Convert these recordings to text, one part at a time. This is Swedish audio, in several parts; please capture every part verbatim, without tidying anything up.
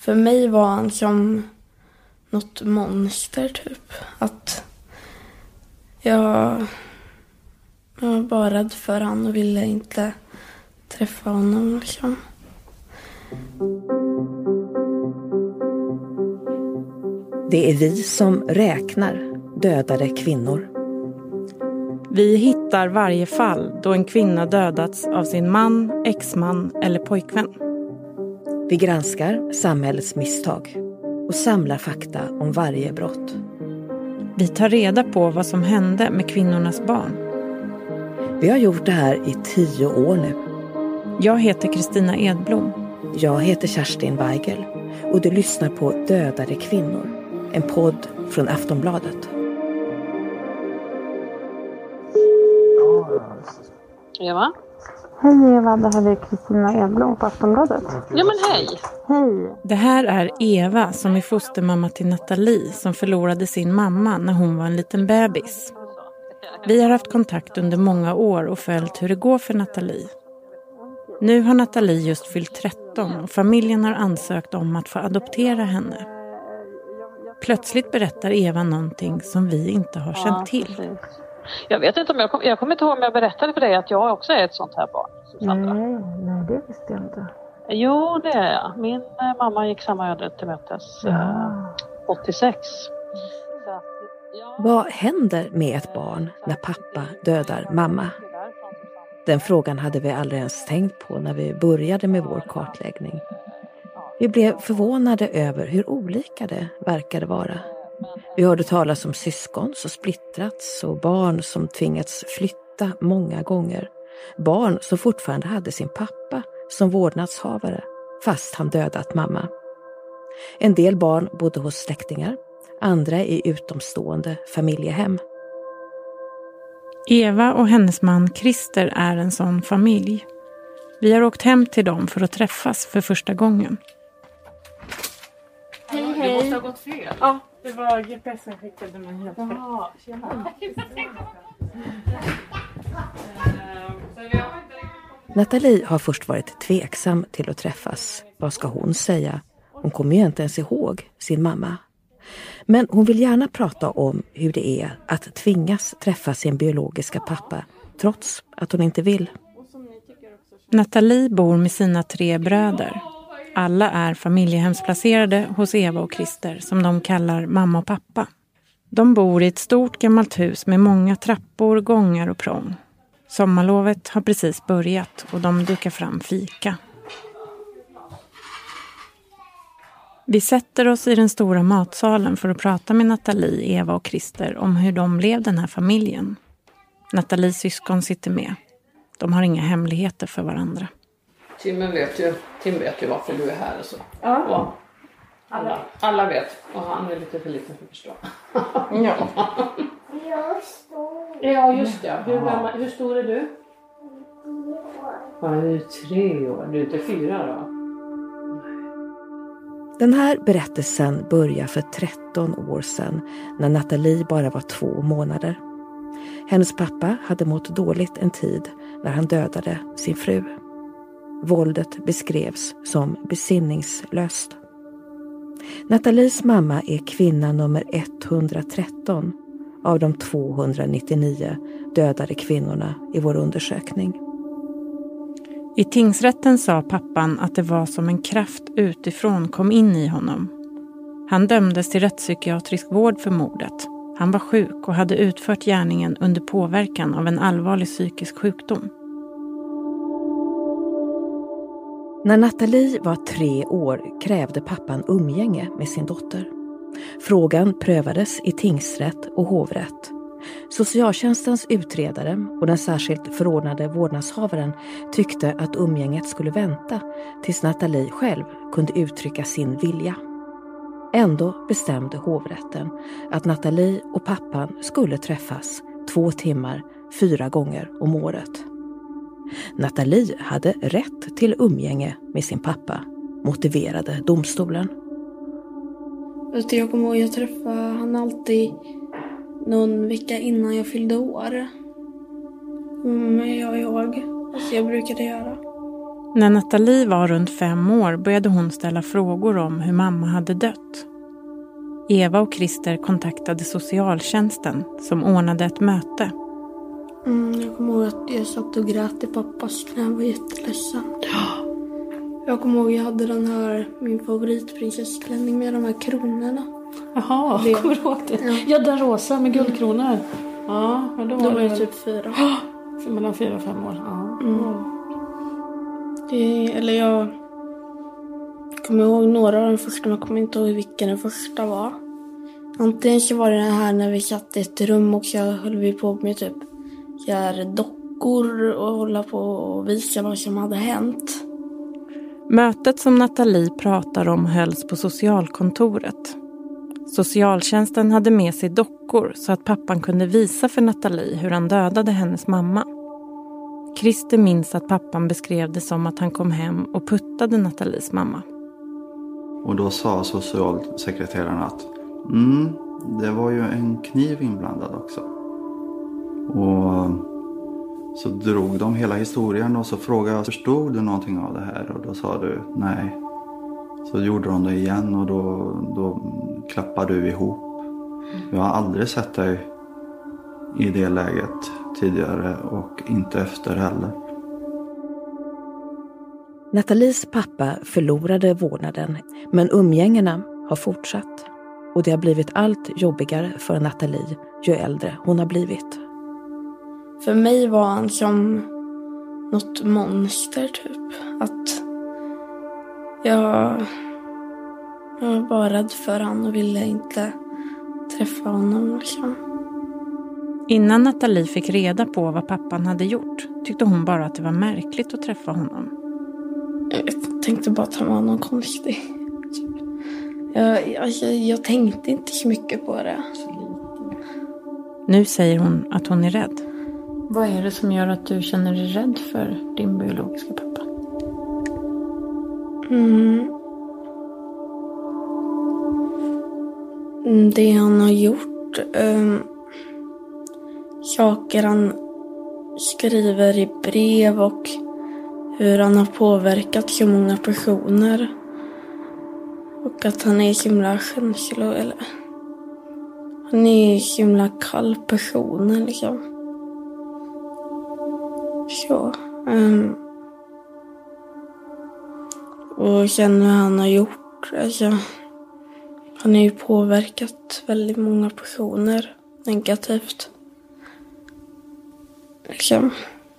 För mig var han som något monster typ. Att jag, jag var bara rädd för han och ville inte träffa honom liksom. Det är vi som räknar dödade kvinnor. Vi hittar varje fall då en kvinna dödats av sin man, exman eller pojkvän. Vi granskar samhällets misstag och samlar fakta om varje brott. Vi tar reda på vad som hände med kvinnornas barn. Vi har gjort det här i tio år nu. Jag heter Kristina Edblom. Jag heter Kerstin Weigel och du lyssnar på Dödade kvinnor, en podd från Aftonbladet. Eva? Hej Eva, det här är Kristina Edblom på Aftonbladet. Ja men hej! Hej! Det här är Eva som är fostermamma till Nathalie som förlorade sin mamma när hon var en liten bebis. Vi har haft kontakt under många år och följt hur det går för Nathalie. Nu har Nathalie just fyllt tretton och familjen har ansökt om att få adoptera henne. Plötsligt berättar Eva någonting som vi inte har känt till. Jag vet inte om jag, kom, jag kommer inte ihåg om jag berättade för dig att jag också är ett sånt här barn. Nej, nej, det visste jag inte. Jo, det är jag. Min eh, mamma gick samma öde till mötes eh, åttiosex. Så att, ja. Vad händer med ett barn när pappa dödar mamma? Den frågan hade vi aldrig ens tänkt på när vi började med vår kartläggning. Vi blev förvånade över hur olika det verkade vara. Vi hörde talas om syskon som splittrats och barn som tvingats flytta många gånger. Barn som fortfarande hade sin pappa som vårdnadshavare fast han dödat mamma. En del barn bodde hos släktingar, andra i utomstående familjehem. Eva och hennes man Christer är en sån familj. Vi har åkt hem till dem för att träffas för första gången. Hej, hej. Det måste ha gått fel. Ja, det var G P S som skickade mig helt fel. Ja, tjena. Nathalie har först varit tveksam till att träffas. Vad ska hon säga? Hon kommer ju inte ens ihåg sin mamma. Men hon vill gärna prata om hur det är att tvingas träffa sin biologiska pappa trots att hon inte vill. Nathalie bor med sina tre bröder. Alla är familjehemsplacerade hos Eva och Christer som de kallar mamma och pappa. De bor i ett stort gammalt hus med många trappor, gångar och prång. Sommarlovet har precis börjat och de dukar fram fika. Vi sätter oss i den stora matsalen för att prata med Nathalie, Eva och Christer om hur de blev den här familjen. Nathalies syskon sitter med. De har inga hemligheter för varandra. Tim vet ju, Tim vet ju varför du är här och så. Ja. Ja. Alla, alla vet. Och han är lite för liten för att förstå. Ja. Jag står. Ja, just det. Hur, gammal, hur stor är du? Ja, du är tre år. Du är inte fyra då? Den här berättelsen börjar för tretton år sedan när Nathalie bara var två månader. Hennes pappa hade mått dåligt en tid när han dödade sin fru. Våldet beskrevs som besinningslöst. Nathalies mamma är kvinna nummer etthundratretton av de tvåhundranittionio dödade kvinnorna i vår undersökning. I tingsrätten sa pappan att det var som en kraft utifrån kom in i honom. Han dömdes till rättspsykiatrisk vård för mordet. Han var sjuk och hade utfört gärningen under påverkan av en allvarlig psykisk sjukdom. När Nathalie var tre år krävde pappan umgänge med sin dotter. Frågan prövades i tingsrätt och hovrätt. Socialtjänstens utredare och den särskilt förordnade vårdnadshavaren tyckte att umgänget skulle vänta tills Nathalie själv kunde uttrycka sin vilja. Ändå bestämde hovrätten att Nathalie och pappan skulle träffas två timmar, fyra gånger om året. Nathalie hade rätt till umgänge med sin pappa, motiverade domstolen. Jag kommer ihåg att jag träffade han alltid någon vecka innan jag fyllde år. Men jag ihåg. Alltså jag brukade göra. När Nathalie var runt fem år började hon ställa frågor om hur mamma hade dött. Eva och Christer kontaktade socialtjänsten som ordnade ett möte. Mm, jag kommer ihåg att jag satt och grät i pappas knä. Jag var jätteledsen. Jag kommer ihåg att jag hade den här, min favoritprinsessklänning med de här kronorna. Jaha, det... kommer du ihåg det? Ja, ja den rosa med guldkronor. Ja, men då var, då var det jag typ fyra. Oh, mellan fyra och fem år. Ja. Mm. Det, eller jag kommer ihåg några av de första, men jag kommer inte ihåg vilken den första var. Antingen så var det den här när vi satt i ett rum och så höll vi på med typ gör dockor och hålla på och visa vad som hade hänt. Mötet som Nathalie pratar om hölls på socialkontoret. Socialtjänsten hade med sig dockor så att pappan kunde visa för Nathalie hur han dödade hennes mamma. Christer minns att pappan beskrev det som att han kom hem och puttade Nathalies mamma. Och då sa socialsekreteraren att mm, det var ju en kniv inblandad också. Och så drog de hela historien och så frågade jag, förstod du någonting av det här? Och då sa du nej. Så gjorde de det igen och då, då klappade du ihop. Jag har aldrig sett dig i det läget tidigare och inte efter heller. Nathalies pappa förlorade vårdnaden, men umgängena har fortsatt. Och det har blivit allt jobbigare för Nathalie ju äldre hon har blivit. För mig var han som något monster typ. Att jag, jag var bara rädd för han och ville inte träffa honom liksom. Innan Nathalie fick reda på vad pappan hade gjort tyckte hon bara att det var märkligt att träffa honom. Jag, vet, jag tänkte bara att han var någon konstig. Jag, jag, jag tänkte inte så mycket på det. Nu säger hon att hon är rädd. Vad är det som gör att du känner dig rädd för din biologiska pappa? Mm. Det han har gjort. Um, saker han skriver i brev och hur han har påverkat så många personer. Och att han är så himla känslo, eller han är så himla kall person liksom. Så. Um, och sen hur han har gjort. Alltså, han har ju påverkat väldigt många personer negativt. Liksom.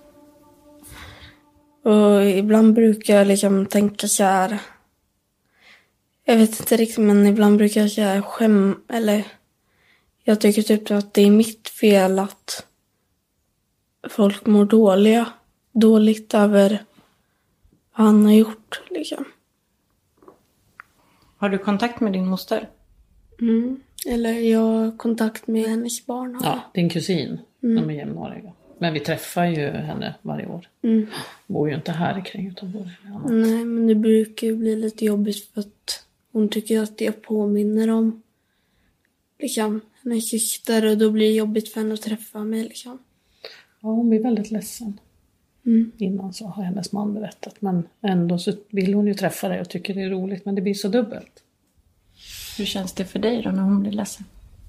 Och ibland brukar jag liksom tänka så här. Jag vet inte riktigt, men ibland brukar jag säga skäm, eller jag tycker typ att det är mitt fel att folk mår dåliga, dåligt över vad han har gjort liksom. Har du kontakt med din moster? Mm. Eller jag har kontakt med hennes barn. Ja, din kusin. Mm. De är jämnåriga. Men vi träffar ju henne varje år. Mm. Bor ju inte här kring utan bor i annat. Nej, men det brukar ju bli lite jobbigt för att hon tycker att det påminner om liksom hennes syster och då blir det jobbigt för henne att träffa mig liksom. Ja, hon blir väldigt ledsen. Mm. Innan så har hennes man berättat. Men ändå så vill hon ju träffa dig och tycker det är roligt. Men det blir så dubbelt. Hur känns det för dig då när hon blir ledsen?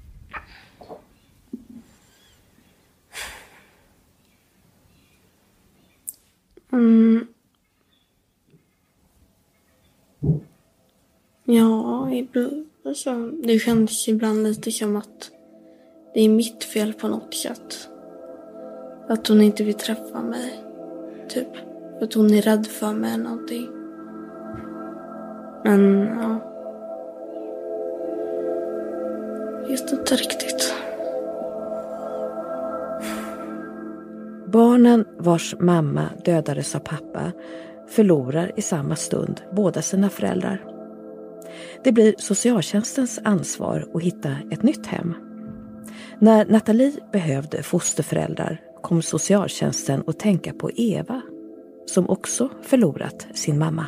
Mm. Ja, ibland, alltså, det känns ibland lite som att det är mitt fel på något sätt. Att hon inte vill träffa mig. Typ. Att hon är rädd för mig eller någonting. Men, ja. Jag vet inte riktigt. Barnen vars mamma dödades av pappa förlorar i samma stund båda sina föräldrar. Det blir socialtjänstens ansvar att hitta ett nytt hem. När Nathalie behövde fosterföräldrar kom socialtjänsten att tänka på Eva, som också förlorat sin mamma.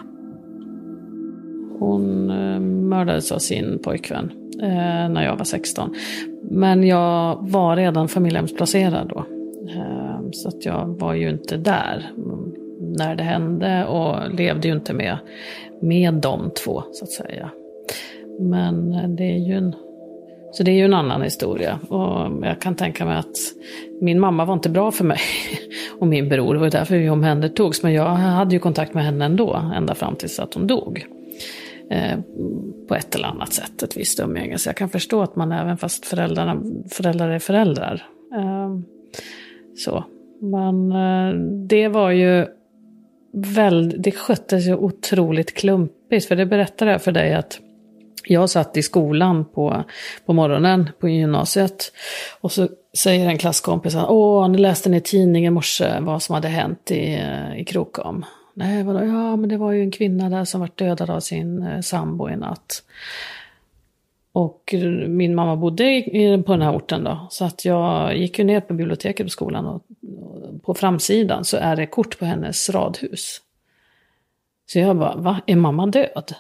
Hon eh, mördades av sin pojkvän eh, när jag var sexton. Men jag var redan familjehemsplacerad då. Eh, så att jag var ju inte där. när det hände och levde ju inte med, med de två så att säga. Men det är ju en, så det är ju en annan historia. Och jag kan tänka mig att min mamma var inte bra för mig och min bror. Det var därför vi omhändertogs. Men jag hade ju kontakt med henne ändå, ända fram tills att hon dog. Eh, på ett eller annat sätt, ett visst umgänge. Så jag kan förstå att man även fast föräldrarna, föräldrar är föräldrar. Eh, så. Men eh, det var ju väldigt, det sköttes ju otroligt klumpigt. För det berättade jag för dig att jag satt i skolan på, på morgonen på gymnasiet och så säger en klasskompis att åh, ni läste ni i tidningen i morse vad som hade hänt i, i Krokom. Nej, vadå? Ja, men det var ju en kvinna där som var dödad av sin eh, sambo i natt. Och min mamma bodde i, på den här orten då. Så att jag gick ju ner på biblioteket på skolan och, och på framsidan så är det kort på hennes radhus. Så jag bara, va? Är mamma död?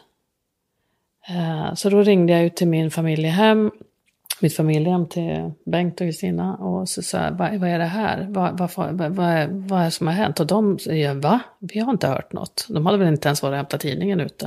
Så då ringde jag ut till min familjehem, mitt familjehem till Bengt och Kristina och så sa jag, vad, vad är det här? Vad, vad, vad, vad, är, vad är det som har hänt? Och de säger, va? Vi har inte hört något. De hade väl inte ens varit och hämtat tidningen ute.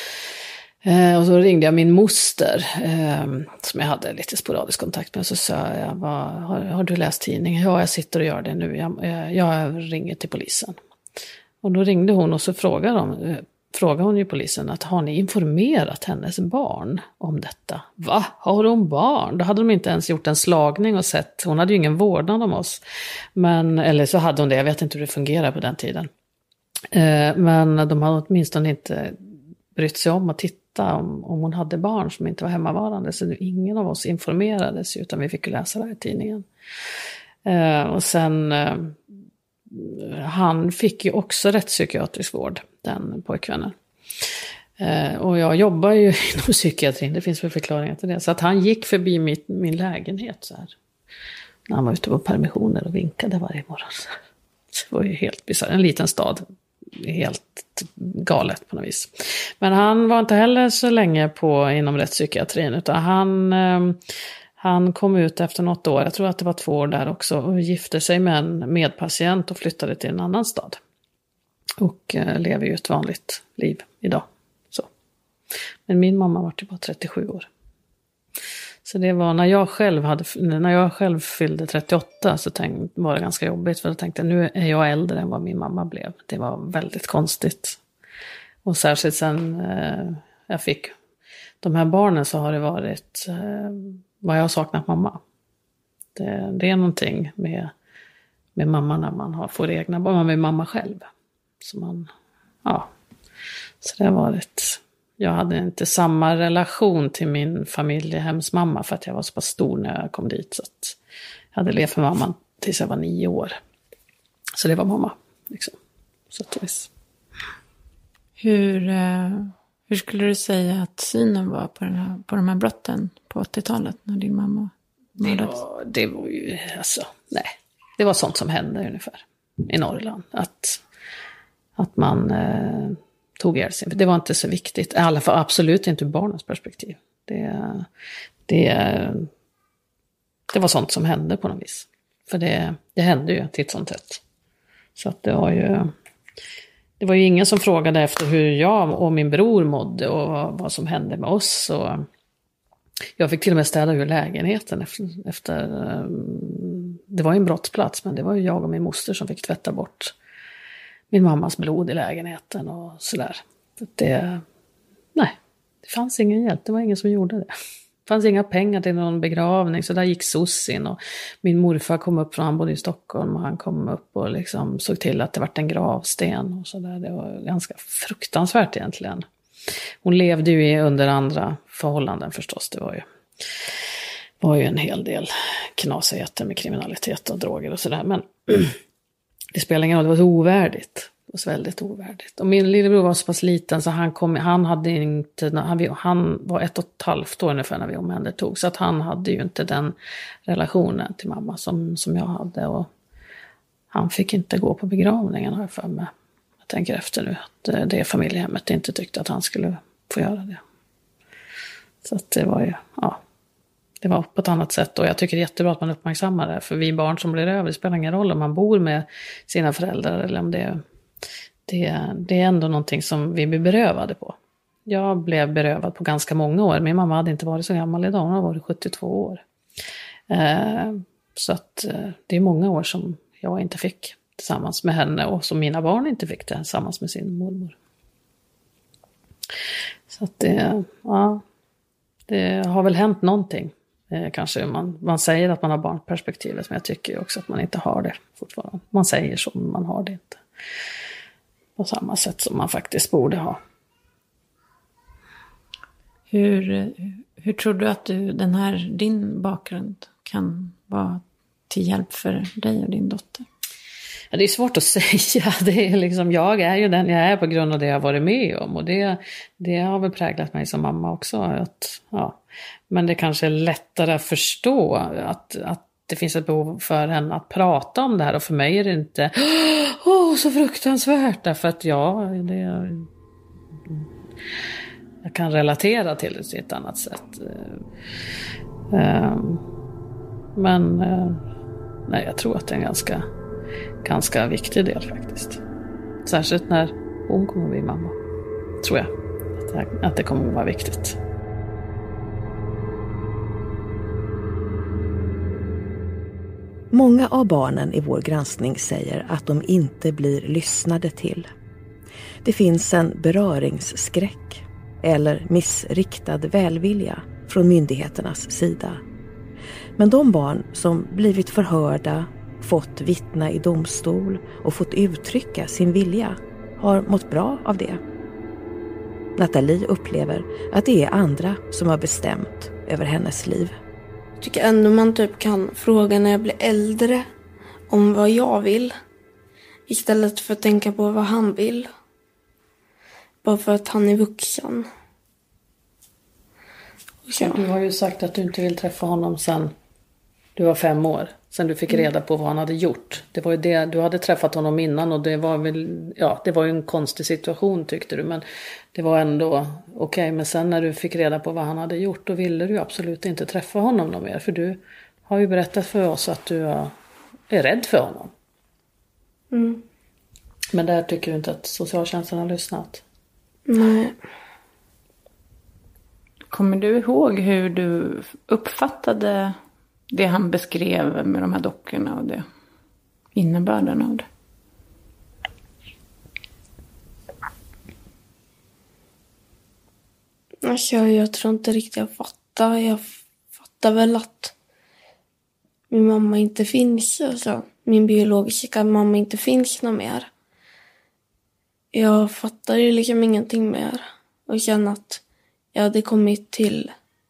Eh, och så ringde jag min moster eh, som jag hade lite sporadisk kontakt med och så sa jag, vad, har, har du läst tidningen? Ja, jag sitter och gör det nu. Jag, jag, jag ringer till polisen. Och då ringde hon och så frågade de frågade hon ju polisen att har ni informerat hennes barn om detta? Va? Har hon barn? Då hade de inte ens gjort en slagning och sett. Hon hade ju ingen vårdnad om oss. Men, eller så hade hon det. Jag vet inte hur det fungerar på den tiden. Eh, men de hade åtminstone inte brytt sig om att titta om, om hon hade barn som inte var hemmavarande. Så ingen av oss informerades utan vi fick läsa det här i tidningen. Eh, och sen... Eh, han fick ju också rättspsykiatrisk vård, den pojkvännen. Eh, och jag jobbar ju inom psykiatrin, det finns väl förklaringar till det. Så att han gick förbi mitt, min lägenhet så här. När han var ute på permissioner och vinkade varje morgon. Så det var ju helt bizarrt. En liten stad, helt galet på något vis. Men han var inte heller så länge på inom rättspsykiatrin utan han... Eh, Han kom ut efter något år, jag tror att det var två år där också, och gifte sig med en medpatient och flyttade till en annan stad. Och eh, lever ju ett vanligt liv idag. Så. Men min mamma var typ bara trettiosju år. Så det var när jag själv, hade, när jag själv fyllde trettioåtta så tänkte, var det ganska jobbigt. För jag tänkte nu är jag äldre än vad min mamma blev. Det var väldigt konstigt. Och särskilt sen eh, jag fick de här barnen så har det varit... Eh, vad jag har saknat mamma. Det, det är någonting med, med mamma när man har, får egna barn. Man är mamma själv. Så, man, ja. så det har varit... Jag hade inte samma relation till min familjehemsmamma för att jag var så pass stor när jag kom dit. Så att jag hade levt med mamma tills jag var nio år. Så det var mamma. Liksom. Så att det hur, hur skulle du säga att synen var på, den här, på de här brotten på åttiotalet när din mamma mördades? Det var, det var ju, alltså, nej. Det var sånt som hände ungefär i Norrland. Att, att man eh, tog ihjäl sin. Det var inte så viktigt. I alla fall absolut inte ur barnens perspektiv. Det, det, det var sånt som hände på något vis. För det, det hände ju titt som tätt. Så att det var ju... Det var ju ingen som frågade efter hur jag och min bror mådde och vad som hände med oss. Och jag fick till och med städa ur lägenheten efter, efter... Det var ju en brottsplats, men det var ju jag och min moster som fick tvätta bort min mammas blod i lägenheten och sådär. Det, nej, det fanns ingen hjälp. Det var ingen som gjorde det. Det fanns inga pengar till någon begravning, så där gick S O S in. Och min morfar kom upp från, han bodde i Stockholm, och han kom upp och liksom såg till att det var en gravsten och sådär. Det var ganska fruktansvärt egentligen. Hon levde ju under andra förhållanden förstås. Det var ju, var ju en hel del knasigheter med kriminalitet och droger och sådär. Men det spelar ingen roll, det var så ovärdigt. Det var så väldigt ovärdigt. Och min lillebror var så pass liten så han, kom, han hade inte, han, han var ett och ett halvt år ungefär när vi omhändertog. Så att han hade ju inte den relationen till mamma som, som jag hade. Och han fick inte gå på begravningen, har jag för mig. Jag tänker efter nu att det familjehemmet inte tyckte att han skulle få göra det. Så att det var ju, ja, det var på ett annat sätt. Och jag tycker det är jättebra att man uppmärksammar det. För vi barn som blir över, det spelar ingen roll om man bor med sina föräldrar eller om det är det, det är ändå någonting som vi blir berövade på. Jag blev berövad på ganska många år. Min mamma hade inte varit så gammal idag, hon har varit sjuttiotvå år. Eh, så att eh, det är många år som jag inte fick tillsammans med henne och som mina barn inte fick det tillsammans med sin mormor. Så att det, ja, det har väl hänt någonting. Eh, kanske man, man säger att man har barnperspektivet, men jag tycker också att man inte har det fortfarande. Man säger så, men man har det inte på samma sätt som man faktiskt borde ha. Hur, hur tror du att du, den här, din bakgrund kan vara till hjälp för dig och din dotter? Ja, det är svårt att säga. Det är liksom, jag är ju den jag är på grund av det jag har varit med om. Och det, det har väl präglat mig som mamma också. Att, ja. Men det kanske är lättare att förstå att, att det finns ett behov för henne att prata om det här. Och för mig är det inte åh, så fruktansvärt. Därför att ja, det, jag kan relatera till det på ett annat sätt. Men nej, jag tror att det är en ganska... ganska viktig del faktiskt. Särskilt när hon kommer att bli mamma. Tror jag att det, att det kommer att vara viktigt. Många av barnen i vår granskning säger att de inte blir lyssnade till. Det finns en beröringsskräck eller missriktad välvilja från myndigheternas sida. Men de barn som blivit förhörda, fått vittna i domstol och fått uttrycka sin vilja har mått bra av det. Nathalie upplever att det är andra som har bestämt över hennes liv. Jag tycker ändå man typ kan fråga när jag blir äldre om vad jag vill. Istället för att tänka på vad han vill. Bara för att han är vuxen. Ja. Du har ju sagt att du inte vill träffa honom sen du var fem år. Sen du fick reda på vad han hade gjort. Det var ju det, du hade träffat honom innan och det var väl, ja, det var ju en konstig situation tyckte du. Men det var ändå okej. Okay, men sen när du fick reda på vad han hade gjort, då ville du absolut inte träffa honom någon mer. För du har ju berättat för oss att du är rädd för honom. Mm. Men där tycker du inte att socialtjänsten har lyssnat? Nej. Kommer du ihåg hur du uppfattade det han beskrev med de här dockorna och det innebörden av det? Alltså, jag tror inte riktigt jag fattar. Jag fattar väl att min mamma inte finns. Alltså, min biologiska mamma inte finns någon mer. Jag fattar ju liksom ingenting mer. Och känner att jag hade kommit till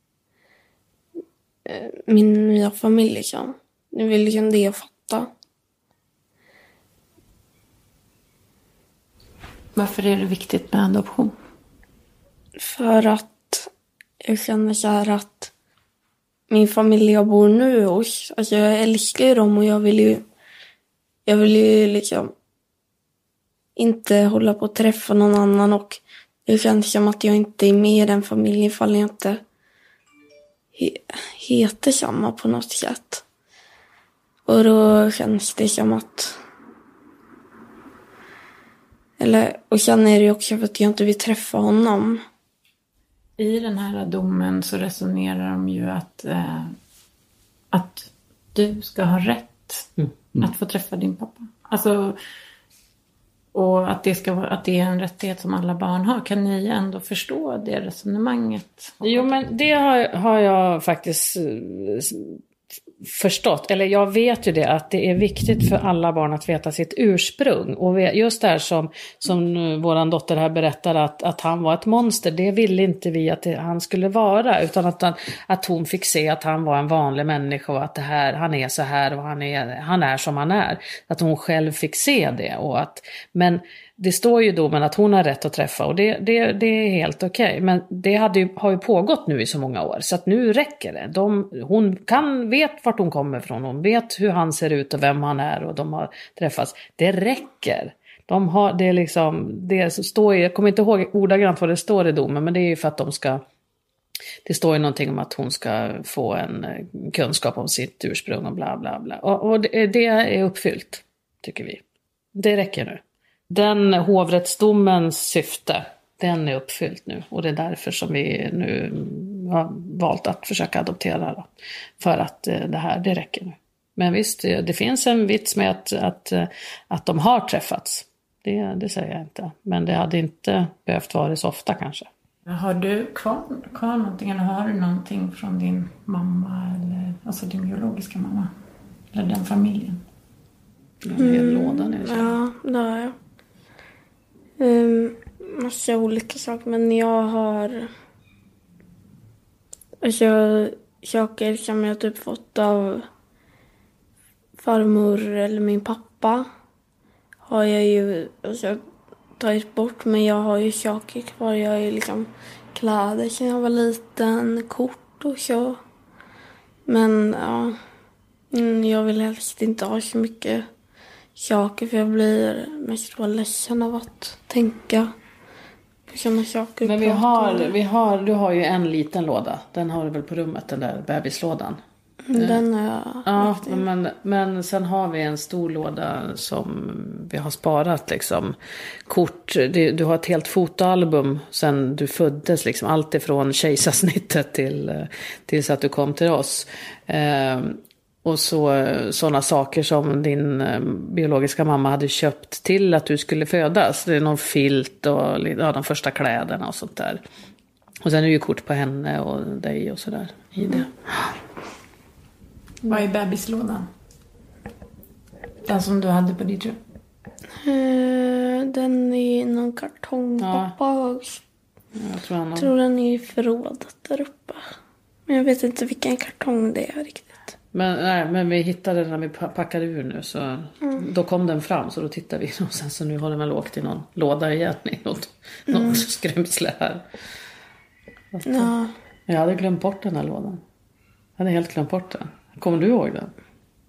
min nya familj liksom. Det är väl liksom det jag fattar. Varför är det viktigt med adoption? För att jag känner så här att min familj jag bor nu hos, alltså jag älskar ju dem och jag vill ju jag vill ju liksom inte hålla på att träffa någon annan och det känns som att jag inte är med i den familjen ifall jag inte heter samma på något sätt. Och då känns det som att eller, och sen är det också för att jag inte vill träffa honom. I den här domen så resonerar de ju att eh, att du ska ha rätt mm. Mm. att få träffa din pappa. Alltså, och att det, ska vara, att det är en rättighet som alla barn har. Kan ni ändå förstå det resonemanget? Jo, men det har, har jag faktiskt förstått. Eller jag vet ju det, att det är viktigt för alla barn att veta sitt ursprung. Och just det här som, som våran dotter här berättar att, att han var ett monster. Det ville inte vi att det, han skulle vara. Utan att, han, att hon fick se att han var en vanlig människa. Och att det här, han är så här och han är, han är som han är. Att hon själv fick se det. Och att, men det står ju då men att hon har rätt att träffa och det, det, det är helt okej. Okay. Men det hade ju, har ju pågått nu i så många år så att nu räcker det. De, hon kan, vet vart hon kommer ifrån, hon vet hur han ser ut och vem han är och de har träffats. Det räcker. De har, det är liksom, det står, jag kommer inte ihåg ordagrant vad det står i domen men det är ju för att de ska, det står ju någonting om att hon ska få en kunskap om sitt ursprung och bla bla bla. Och, och det, det är uppfyllt tycker vi. Det räcker nu. Den hovrättsdomens syfte, den är uppfyllt nu. Och det är därför som vi nu har valt att försöka adoptera då. För att det här, det räcker nu. Men visst, det finns en vits med att, att, att de har träffats. Det, det säger jag inte. Men det hade inte behövt vara så ofta kanske. Har du kvar, kvar någonting, eller har du någonting från din mamma, eller alltså din biologiska mamma? Eller den familjen? En hel låda nu. Ja, det har jag. Um, massa olika saker, men jag har alltså saker som jag typ fått av farmor eller min pappa har jag ju alltså, tagit bort, men jag har ju saker kvar. Jag har ju liksom kläder sedan jag var liten, kort och så. Men ja, jag vill helst inte ha så mycket saker, för jag blir mest bara ledsen av att tänka på sådana saker. Men vi har, vi har, du har ju en liten låda. Den har du väl på rummet, den där bebislådan. Den har jag. Ja, men, men sen har vi en stor låda som vi har sparat liksom. Kort, det, du har ett helt fotoalbum sen du föddes liksom. Allt ifrån kejsarsnittet till, tills att du kom till oss. Eh, och så sådana saker som din eh, biologiska mamma hade köpt till att du skulle födas. Det är någon filt och ja, de första kläderna och sånt där. Och sen är det ju kort på henne och dig och sådär i det. Mm. Vad är bebislådan? Den som du hade på ditt rum? Uh, den är i någon kartong. Ja. Pappa. Jag tror, han har... tror den är i förrådet där uppe. Men jag vet inte vilken kartong det är riktigt. Men, nej, men vi hittade den när vi packade ur nu. Så mm. Då kom den fram, så då tittade vi. Och sen så nu har den väl åkt i någon låda igen. I något, mm. något skrämsle här. Att, ja. Jag hade glömt bort den här lådan. Jag hade helt glömt bort den. Kommer du ihåg den?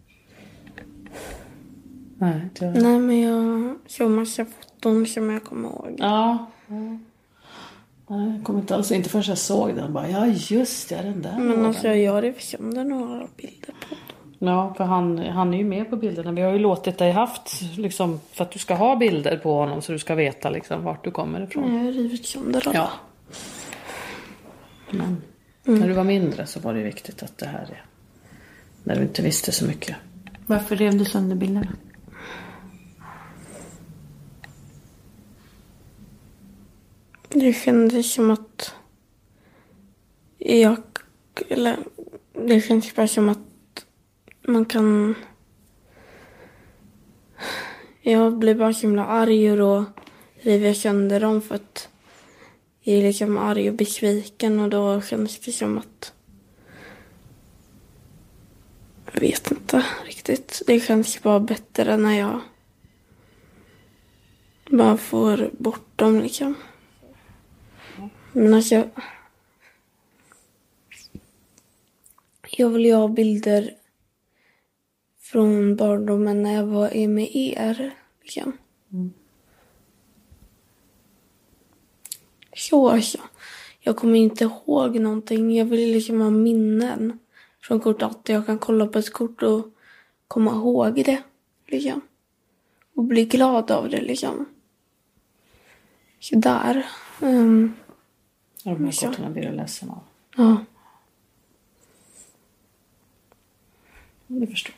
Nej, inte jag. Nej, men jag såg massa foton som jag kommer ihåg. Ja. ja. Nej, jag kommer inte alls, inte förrän jag såg den. Bara, ja, just det, den där. Men alltså, jag har ju sönder några bilder på den. Ja, för han, han är ju med på bilderna. Vi har ju låtit dig haft, liksom, för att du ska ha bilder på honom. Så du ska veta liksom, vart du kommer ifrån. Jag har rivit sönder alla. Ja. Men mm. när du var mindre så var det viktigt att det här är. När du inte visste så mycket. Varför rev du sönder bilderna? Det kändes som att jag, eller det känns bara som att man kan, jag blir bara så himla arg och då river jag sönder dem för att jag är liksom arg och besviken, och då känns det som att jag vet inte riktigt. Det känns bara bättre när jag bara får bort dem liksom. Men alltså, jag vill ju ha bilder från barndomen när jag var med er. Liksom. Mm. Så alltså. Jag kommer inte ihåg någonting. Jag vill liksom ha minnen från kortet. Att jag kan kolla på ett kort och komma ihåg det. Liksom. Och bli glad av det liksom. Så där. Um, Ja, de här korten blir du ledsen av. Ja. Det förstår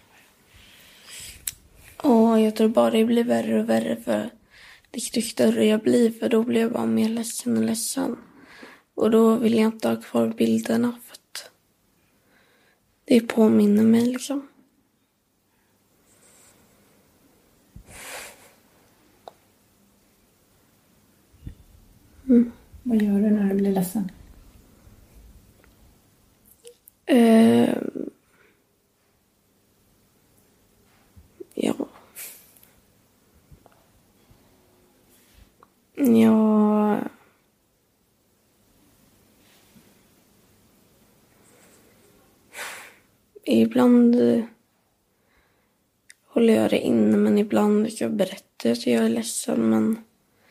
jag. Och jag tror bara det blir värre och värre för desto större jag blir. För då blir jag bara mer ledsen och ledsen. Och då vill jag inte ha kvar bilderna. För att det påminner mig liksom. Mm. Vad gör du när du blir ledsen? Uh, ja. Ja. Ibland håller jag det inne, men ibland så berättar jag att jag är ledsen, men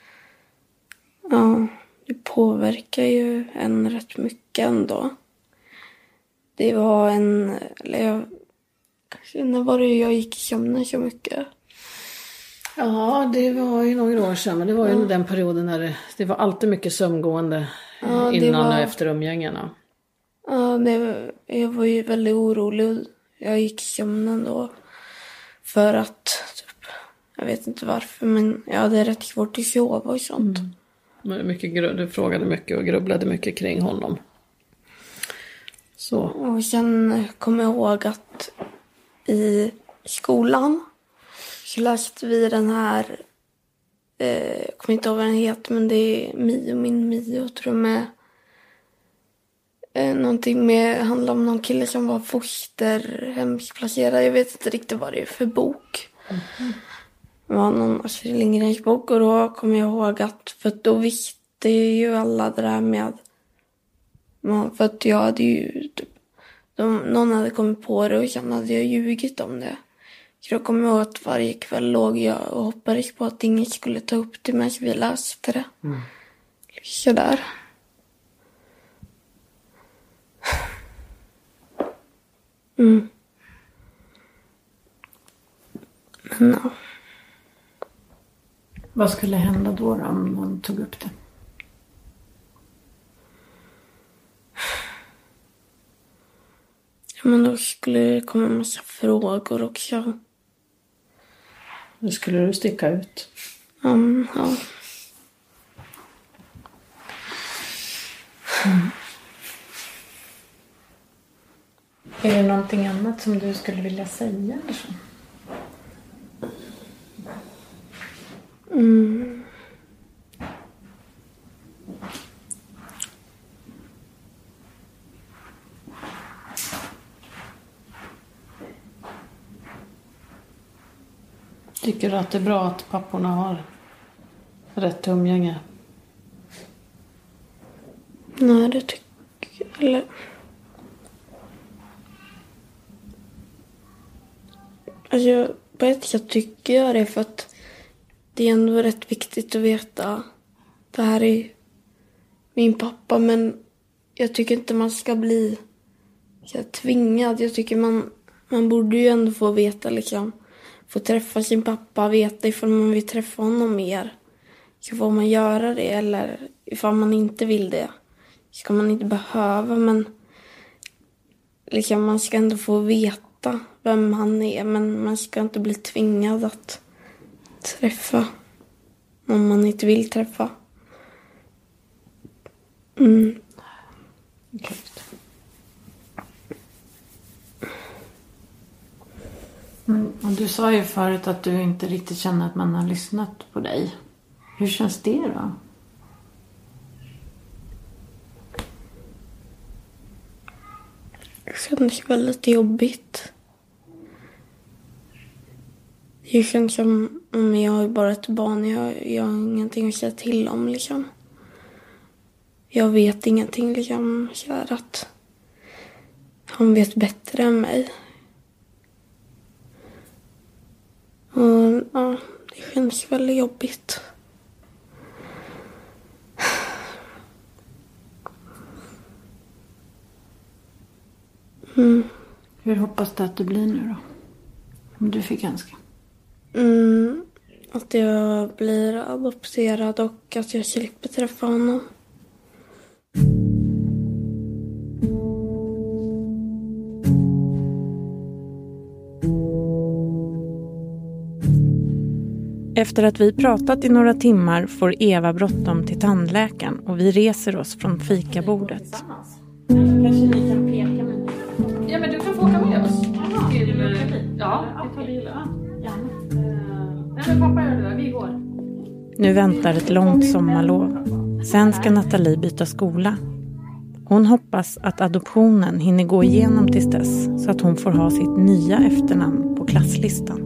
ja, det påverkar ju en rätt mycket ändå. Det var en, eller jag, kanske när var det jag gick i sömnen så mycket. Ja, det var ju några år sedan. Men det var ju ja. den perioden när det, det var alltid mycket sömngående ja, innan var... och efter umgängena. Ja, det, jag var ju väldigt orolig. Jag gick i sömnen då. För att, typ, jag vet inte varför, men jag hade rätt svårt att sova och sånt. Mm. Mycket, du frågade mycket och grubblade mycket kring honom. Så. Och sen kom jag ihåg att i skolan så läste vi den här, eh, jag kommer inte ihåg vad den heter, men det är Mio, min Mio tror jag med. Eh, någonting med, handlar om någon kille som var fosterhemsplacerad. Jag vet inte riktigt vad det är för bok. Mm. Det var någon Astrid Lindgrens bok och då kom jag ihåg att, för då visste ju alla det där med, för att jag hade ju, typ, de, någon hade kommit på det och sen hade jag ljugit om det. Så jag kommer ihåg att varje kväll låg jag och hoppades på att ingen skulle ta upp det medan vi läste det. Mm. Sådär. Mm. Men ja. Vad skulle hända då, då om någon tog upp det? Ja, men då skulle det komma en massa frågor också. Då skulle du sticka ut. Um, ja. Mm. Är det någonting annat som du skulle vilja säga eller så? Mm. Tycker du att det är bra att papporna har rätt till umgänge? Nej, det tycker jag. Eller... Alltså, på ett sätt tycker jag det, för att det är ändå rätt viktigt att veta. Det här är min pappa, men jag tycker inte man ska bli så tvingad. Jag tycker man, man borde ju ändå få veta, liksom, få träffa sin pappa, veta ifall man vill träffa honom mer. Så får man göra det, eller ifall man inte vill det ska man inte behöva, men liksom, man ska ändå få veta vem han är, men man ska inte bli tvingad att träffa om man inte vill träffa. Mm. Okay. Mm, och du sa ju förut att du inte riktigt känner att man har lyssnat på dig. Hur känns det då? Det känns väldigt jobbigt. Det känns som om jag är bara ett barn. Jag, jag har ingenting att säga till om, liksom. Jag vet ingenting, liksom. Så här att han vet bättre än mig. Och ja, det känns väldigt jobbigt. Mm. Hur hoppas du att det blir nu då? Om du fick önska. Mm, att jag blir adopterad och att jag slipper träffa honom. Efter att vi pratat i några timmar får Eva bråttom till tandläkaren och vi reser oss från fikabordet. Kanske ni kan peka med. Ja, men du kan få åka med oss. Jaha, till, ja, jag tar bilen. Ja. Nej, men pappa gör det. Vi går. Nu väntar ett långt sommarlov. Sen ska Nathalie byta skola. Hon hoppas att adoptionen hinner gå igenom tills dess så att hon får ha sitt nya efternamn på klasslistan.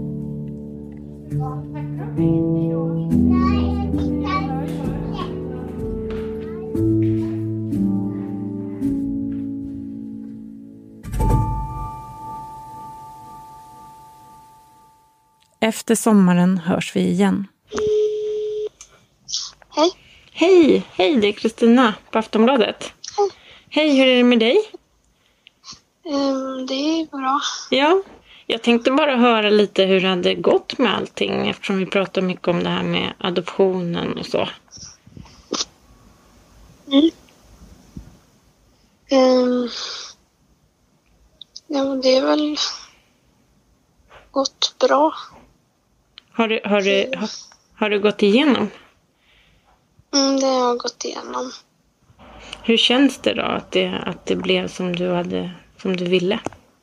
Efter sommaren hörs vi igen. Hej. Hej, hej, det är Kristina på Aftonbladet. Hej. Hej, hur är det med dig? Um, det är bra. Ja, Jag tänkte bara höra lite hur det hade gått med allting eftersom vi pratar mycket om det här med adoptionen och så. Mm. Um, ja, men det är väl gått bra. Har du, har du, har, har du gått igenom? Mm, det har jag gått igenom. Hur känns det då att det, att det blev som du, hade, som du ville?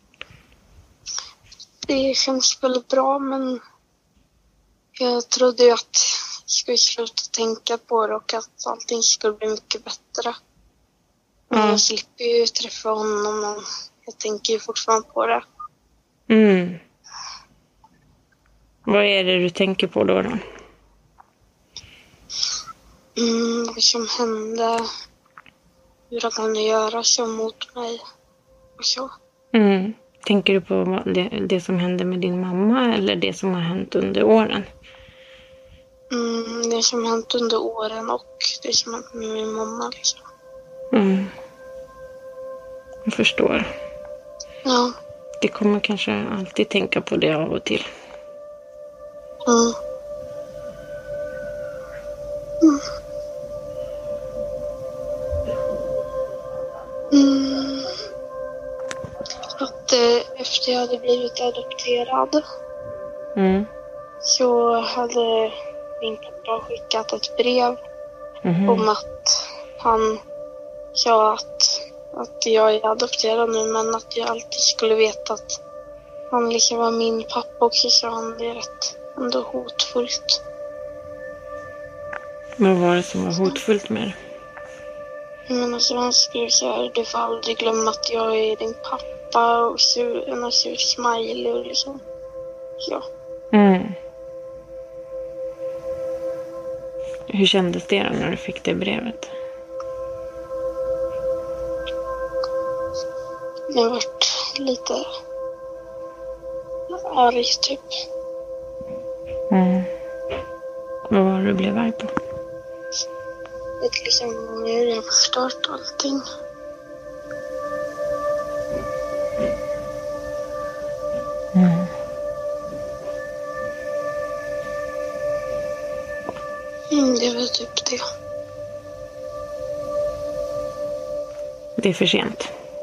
Det känns väldigt bra, men jag trodde ju att jag skulle sluta tänka på det och att allting skulle bli mycket bättre. Men Mm. jag slipper ju träffa honom, men jag tänker ju fortfarande på det. Mm. Vad är det du tänker på då? då? Mm, vad som hände, hur han kunde göra så mot mig och så. Mm. Tänker du på vad det, det som hände med din mamma eller det som har hänt under åren? Mm, det som hänt under åren och det som hänt med min mamma liksom. Mm. Jag förstår. Ja. Det kommer kanske alltid tänka på det av och till. Mm. Mm. Mm. Att eh, efter jag hade blivit adopterad Mm. så hade min pappa skickat ett brev Mhm. om att han sa att, att jag är adopterad nu, men att jag alltid skulle veta att han liksom var min pappa också, så han det är rätt ändå hotfullt. Vad var det som var hotfullt med det? Men alltså han skrev så här: du får aldrig glömma att jag är din pappa, och sur, en sur smiley och liksom. Ja. Mm. Hur kändes det då när du fick det brevet? Jag vart lite arg typ. Mm. Vad var det du blev arg på? Det liksom, nu har jag förstört allting. Mm. Mm, det var typ det. Det är för sent.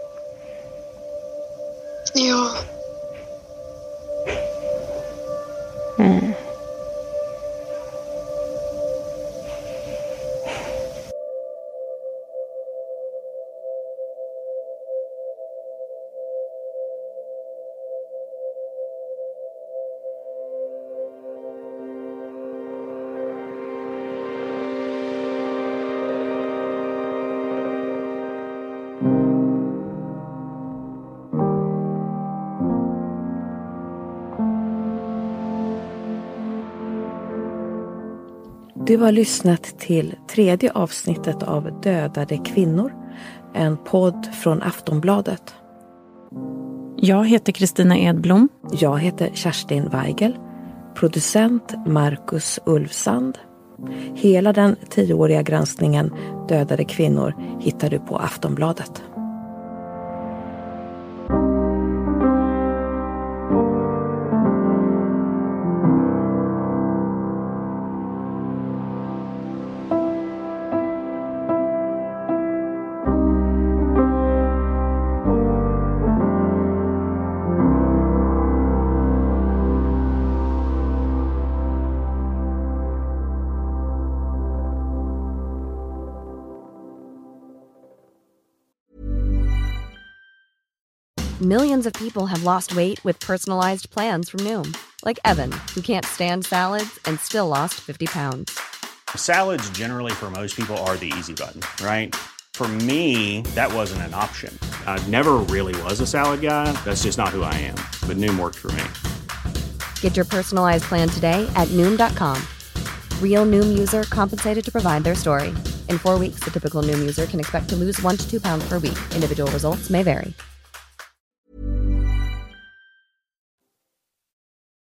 Ja. Mm. Du har lyssnat till tredje avsnittet av Dödade kvinnor, en podd från Aftonbladet. Jag heter Kristina Edblom. Jag heter Kerstin Weigel, producent Marcus Ulfsand. Hela den tioåriga granskningen Dödade kvinnor hittar du på Aftonbladet. Millions of people have lost weight with personalized plans from Noom. Like Evan, who can't stand salads and still lost fifty pounds. Salads generally for most people are the easy button, right? For me, that wasn't an option. I never really was a salad guy. That's just not who I am. But Noom worked for me. Get your personalized plan today at Noom dot com. Real Noom user compensated to provide their story. In four weeks, the typical Noom user can expect to lose one to two pounds per week. Individual results may vary.